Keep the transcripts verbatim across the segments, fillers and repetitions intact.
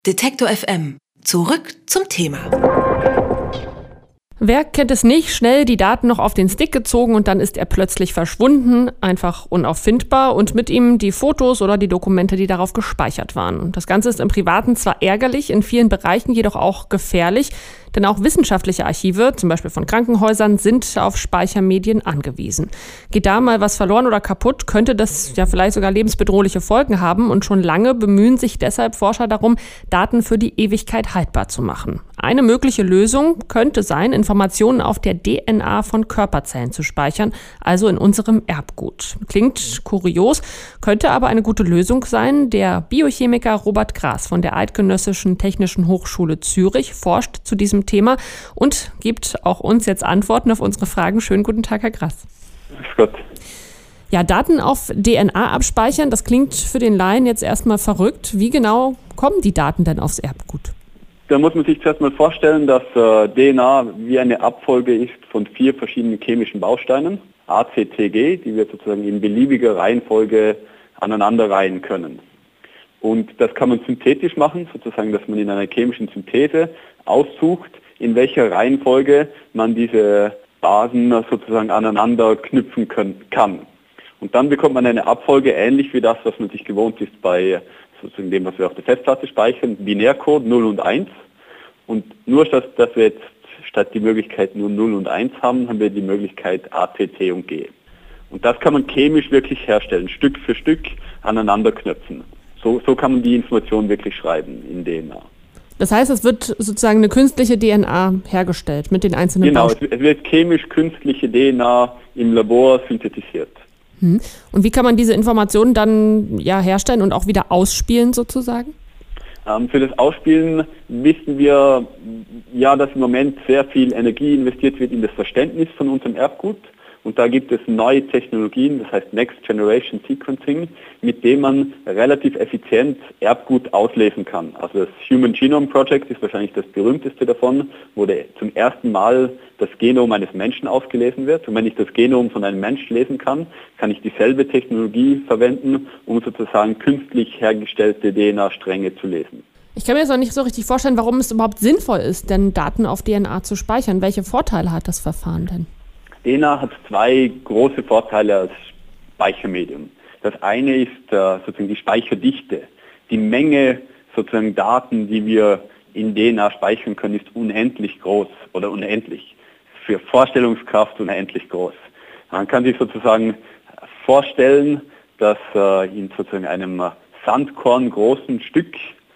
Detektor F M. Zurück zum Thema. Wer kennt es nicht? Schnell die Daten noch auf den Stick gezogen und dann ist er plötzlich verschwunden, einfach unauffindbar und mit ihm die Fotos oder die Dokumente, die darauf gespeichert waren. Das Ganze ist im Privaten zwar ärgerlich, in vielen Bereichen jedoch auch gefährlich, denn auch wissenschaftliche Archive, zum Beispiel von Krankenhäusern, sind auf Speichermedien angewiesen. Geht da mal was verloren oder kaputt, könnte das ja vielleicht sogar lebensbedrohliche Folgen haben und schon lange bemühen sich deshalb Forscher darum, Daten für die Ewigkeit haltbar zu machen. Eine mögliche Lösung könnte sein, Informationen auf der D N A von Körperzellen zu speichern, also in unserem Erbgut. Klingt kurios, könnte aber eine gute Lösung sein. Der Biochemiker Robert Gras von der Eidgenössischen Technischen Hochschule Zürich forscht zu diesem Thema und gibt auch uns jetzt Antworten auf unsere Fragen. Schönen guten Tag, Herr Gras. Grüß Gott. Ja, Daten auf D N A abspeichern, das klingt für den Laien jetzt erstmal verrückt. Wie genau kommen die Daten denn aufs Erbgut? Da muss man sich zuerst mal vorstellen, dass äh, D N A wie eine Abfolge ist von vier verschiedenen chemischen Bausteinen, A, C, T, G, die wir sozusagen in beliebiger Reihenfolge aneinanderreihen können. Und das kann man synthetisch machen, sozusagen, dass man in einer chemischen Synthese aussucht, in welcher Reihenfolge man diese Basen sozusagen aneinander knüpfen können, kann. Und dann bekommt man eine Abfolge ähnlich wie das, was man sich gewohnt ist bei sozusagen dem, was wir auf der Festplatte speichern, Binärcode null und eins. Und nur, dass, dass wir jetzt statt die Möglichkeit nur null und eins haben, haben wir die Möglichkeit A, T, T und G. Und das kann man chemisch wirklich herstellen, Stück für Stück aneinander knüpfen. So, so kann man die Information wirklich schreiben in D N A. Das heißt, es wird sozusagen eine künstliche D N A hergestellt mit den einzelnen Genau, Bausteinen. es wird chemisch künstliche D N A im Labor synthetisiert. Hm. Und wie kann man diese Informationen dann ja herstellen und auch wieder ausspielen sozusagen? Ähm, für das Ausspielen wissen wir, ja, dass im Moment sehr viel Energie investiert wird in das Verständnis von unserem Erbgut. Und da gibt es neue Technologien, das heißt Next Generation Sequencing, mit dem man relativ effizient Erbgut auslesen kann. Also das Human Genome Project ist wahrscheinlich das berühmteste davon, wo der zum ersten Mal das Genom eines Menschen ausgelesen wird. Und wenn ich das Genom von einem Menschen lesen kann, kann ich dieselbe Technologie verwenden, um sozusagen künstlich hergestellte D N A-Stränge zu lesen. Ich kann mir jetzt noch nicht so richtig vorstellen, warum es überhaupt sinnvoll ist, denn Daten auf D N A zu speichern. Welche Vorteile hat das Verfahren denn? D N A hat zwei große Vorteile als Speichermedium. Das eine ist äh, sozusagen die Speicherdichte. Die Menge sozusagen Daten, die wir in D N A speichern können, ist unendlich groß oder unendlich. Für Vorstellungskraft unendlich groß. Man kann sich sozusagen vorstellen, dass äh, in sozusagen einem Sandkorn großen Stück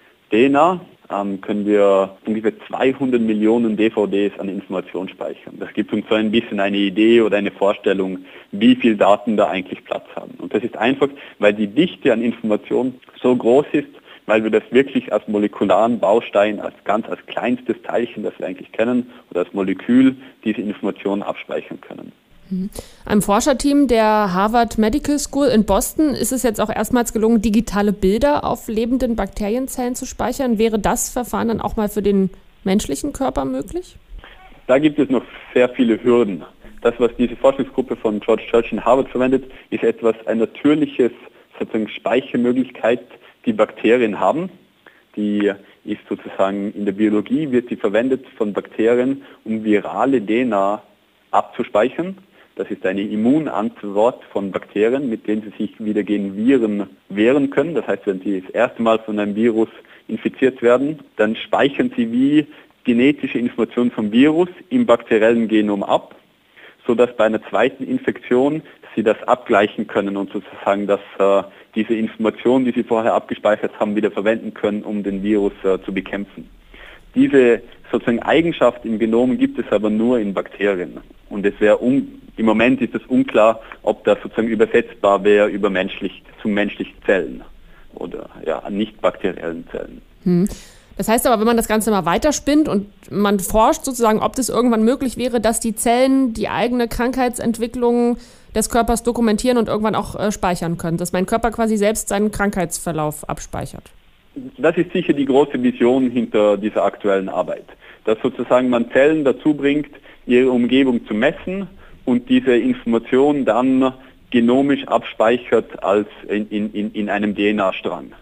D N A ähm, können wir ungefähr zweihundert Millionen D V Ds an Information speichern. Das gibt uns so ein bisschen eine Idee oder eine Vorstellung, wie viel Daten da eigentlich Platz haben. Und das ist einfach, weil die Dichte an Information so groß ist, weil wir das wirklich als molekularen Baustein, als ganz als kleinstes Teilchen, das wir eigentlich kennen, oder als Molekül diese Informationen abspeichern können. Einem Forscherteam der Harvard Medical School in Boston ist es jetzt auch erstmals gelungen, digitale Bilder auf lebenden Bakterienzellen zu speichern. Wäre das Verfahren dann auch mal für den menschlichen Körper möglich? Da gibt es noch sehr viele Hürden. Das, was diese Forschungsgruppe von George Church in Harvard verwendet, ist etwas, ein natürliches sozusagen Speichermöglichkeit, die Bakterien haben. Die ist sozusagen in der Biologie, wird sie verwendet von Bakterien, um virale D N A abzuspeichern. Das ist eine Immunantwort von Bakterien, mit denen sie sich wieder gegen Viren wehren können. Das heißt, wenn sie das erste Mal von einem Virus infiziert werden, dann speichern sie wie genetische Informationen vom Virus im bakteriellen Genom ab, sodass bei einer zweiten Infektion sie das abgleichen können und sozusagen dass, äh, diese Informationen, die sie vorher abgespeichert haben, wieder verwenden können, um den Virus äh, zu bekämpfen. Diese sozusagen Eigenschaft im Genom gibt es aber nur in Bakterien. Und es wäre um, im Moment ist es unklar, ob das sozusagen übersetzbar wäre über menschlich, zu menschlichen Zellen oder ja, nicht bakteriellen Zellen. Hm. Das heißt aber, wenn man das Ganze mal weiterspinnt und man forscht sozusagen, ob das irgendwann möglich wäre, dass die Zellen die eigene Krankheitsentwicklung des Körpers dokumentieren und irgendwann auch äh, speichern können, dass mein Körper quasi selbst seinen Krankheitsverlauf abspeichert. Das ist sicher die große Vision hinter dieser aktuellen Arbeit, dass sozusagen man Zellen dazu bringt, ihre Umgebung zu messen und diese Information dann genomisch abspeichert als in, in, in einem D N A-Strang.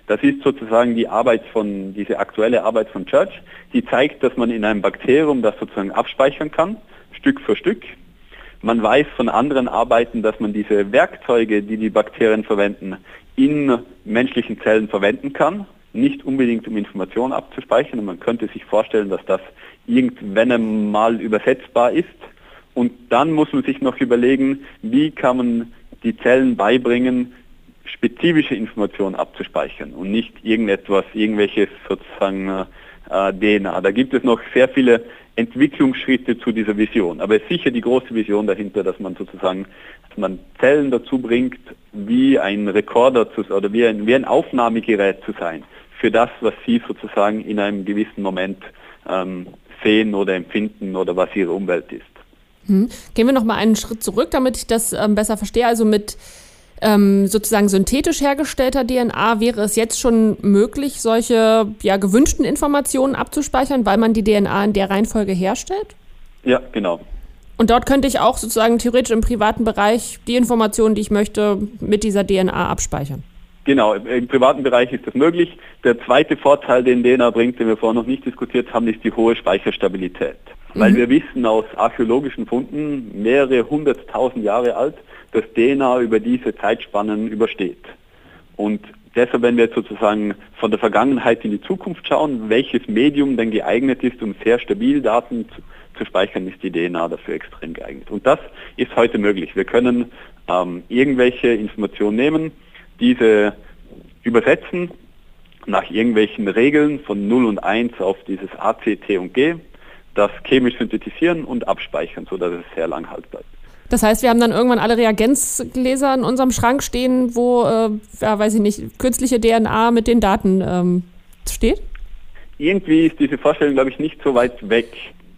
Das ist sozusagen die Arbeit von, diese aktuelle Arbeit von Church, die zeigt, dass man in einem Bakterium das sozusagen abspeichern kann, Stück für Stück. Man weiß von anderen Arbeiten, dass man diese Werkzeuge, die die Bakterien verwenden, in menschlichen Zellen verwenden kann, nicht unbedingt um Informationen abzuspeichern. Und man könnte sich vorstellen, dass das irgendwann einmal übersetzbar ist. Und dann muss man sich noch überlegen, wie kann man die Zellen beibringen, spezifische Informationen abzuspeichern und nicht irgendetwas, irgendwelches sozusagen äh, D N A. Da gibt es noch sehr viele Entwicklungsschritte zu dieser Vision. Aber es ist sicher die große Vision dahinter, dass man sozusagen, dass man Zellen dazu bringt, wie ein Rekorder zu, oder wie ein, wie ein Aufnahmegerät zu sein für das, was sie sozusagen in einem gewissen Moment ähm, sehen oder empfinden oder was ihre Umwelt ist. Hm. Gehen wir noch mal einen Schritt zurück, damit ich das ähm, besser verstehe. Also mit ähm, sozusagen synthetisch hergestellter D N A wäre es jetzt schon möglich, solche ja, gewünschten Informationen abzuspeichern, weil man die D N A in der Reihenfolge herstellt? Ja, genau. Und dort könnte ich auch sozusagen theoretisch im privaten Bereich die Informationen, die ich möchte, mit dieser D N A abspeichern? Genau, im privaten Bereich ist das möglich. Der zweite Vorteil, den D N A bringt, den wir vorher noch nicht diskutiert haben, ist die hohe Speicherstabilität. Mhm. Weil wir wissen aus archäologischen Funden, mehrere hunderttausend Jahre alt, dass D N A über diese Zeitspannen übersteht. Und deshalb, wenn wir jetzt sozusagen von der Vergangenheit in die Zukunft schauen, welches Medium denn geeignet ist, um sehr stabil Daten zu, zu speichern, ist die D N A dafür extrem geeignet. Und das ist heute möglich. Wir können ähm, irgendwelche Informationen nehmen, diese übersetzen nach irgendwelchen Regeln von null und eins auf dieses A, C, T und G, das chemisch synthetisieren und abspeichern, sodass es sehr lang haltbar ist. Das heißt, wir haben dann irgendwann alle Reagenzgläser in unserem Schrank stehen, wo, äh, ja, weiß ich nicht, künstliche D N A mit den Daten ähm, steht? Irgendwie ist diese Vorstellung, glaube ich, nicht so weit weg.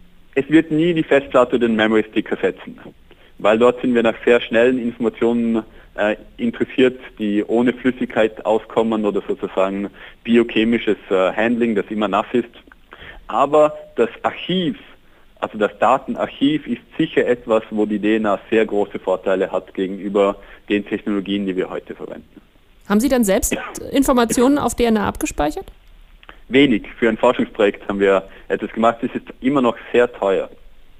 Es wird nie die Festplatte oder den Memory Stick ersetzen, weil dort sind wir nach sehr schnellen Informationen äh, interessiert, die ohne Flüssigkeit auskommen oder sozusagen biochemisches äh, Handling, das immer nass ist. Aber das Archiv, also das Datenarchiv, ist sicher etwas, wo die D N A sehr große Vorteile hat gegenüber den Technologien, die wir heute verwenden. Haben Sie dann selbst Informationen auf D N A abgespeichert? Wenig. Für ein Forschungsprojekt haben wir etwas gemacht. Es ist immer noch sehr teuer.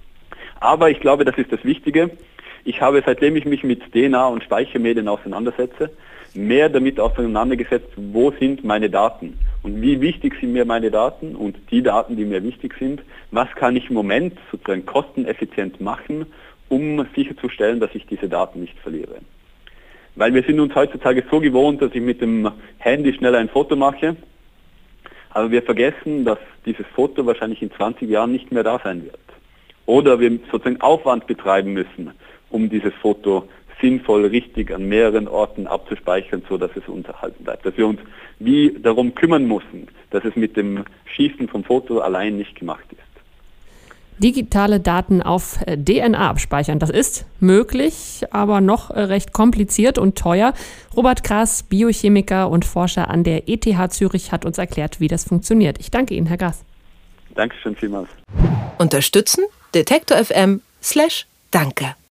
Aber ich glaube, das ist das Wichtige. Ich habe, seitdem ich mich mit D N A und Speichermedien auseinandersetze, mehr damit auseinandergesetzt, wo sind meine Daten und wie wichtig sind mir meine Daten und die Daten, die mir wichtig sind, was kann ich im Moment sozusagen kosteneffizient machen, um sicherzustellen, dass ich diese Daten nicht verliere. Weil wir sind uns heutzutage so gewohnt, dass ich mit dem Handy schnell ein Foto mache, aber wir vergessen, dass dieses Foto wahrscheinlich in zwanzig Jahren nicht mehr da sein wird. Oder wir sozusagen Aufwand betreiben müssen, um dieses Foto sinnvoll, richtig an mehreren Orten abzuspeichern, so dass es uns erhalten bleibt. Dass wir uns wie darum kümmern müssen, dass es mit dem Schießen vom Foto allein nicht gemacht ist. Digitale Daten auf D N A abspeichern, das ist möglich, aber noch recht kompliziert und teuer. Robert Grass, Biochemiker und Forscher an der E T H Zürich, hat uns erklärt, wie das funktioniert. Ich danke Ihnen, Herr Grass. Dankeschön vielmals. Unterstützen Detektor F M slash Danke.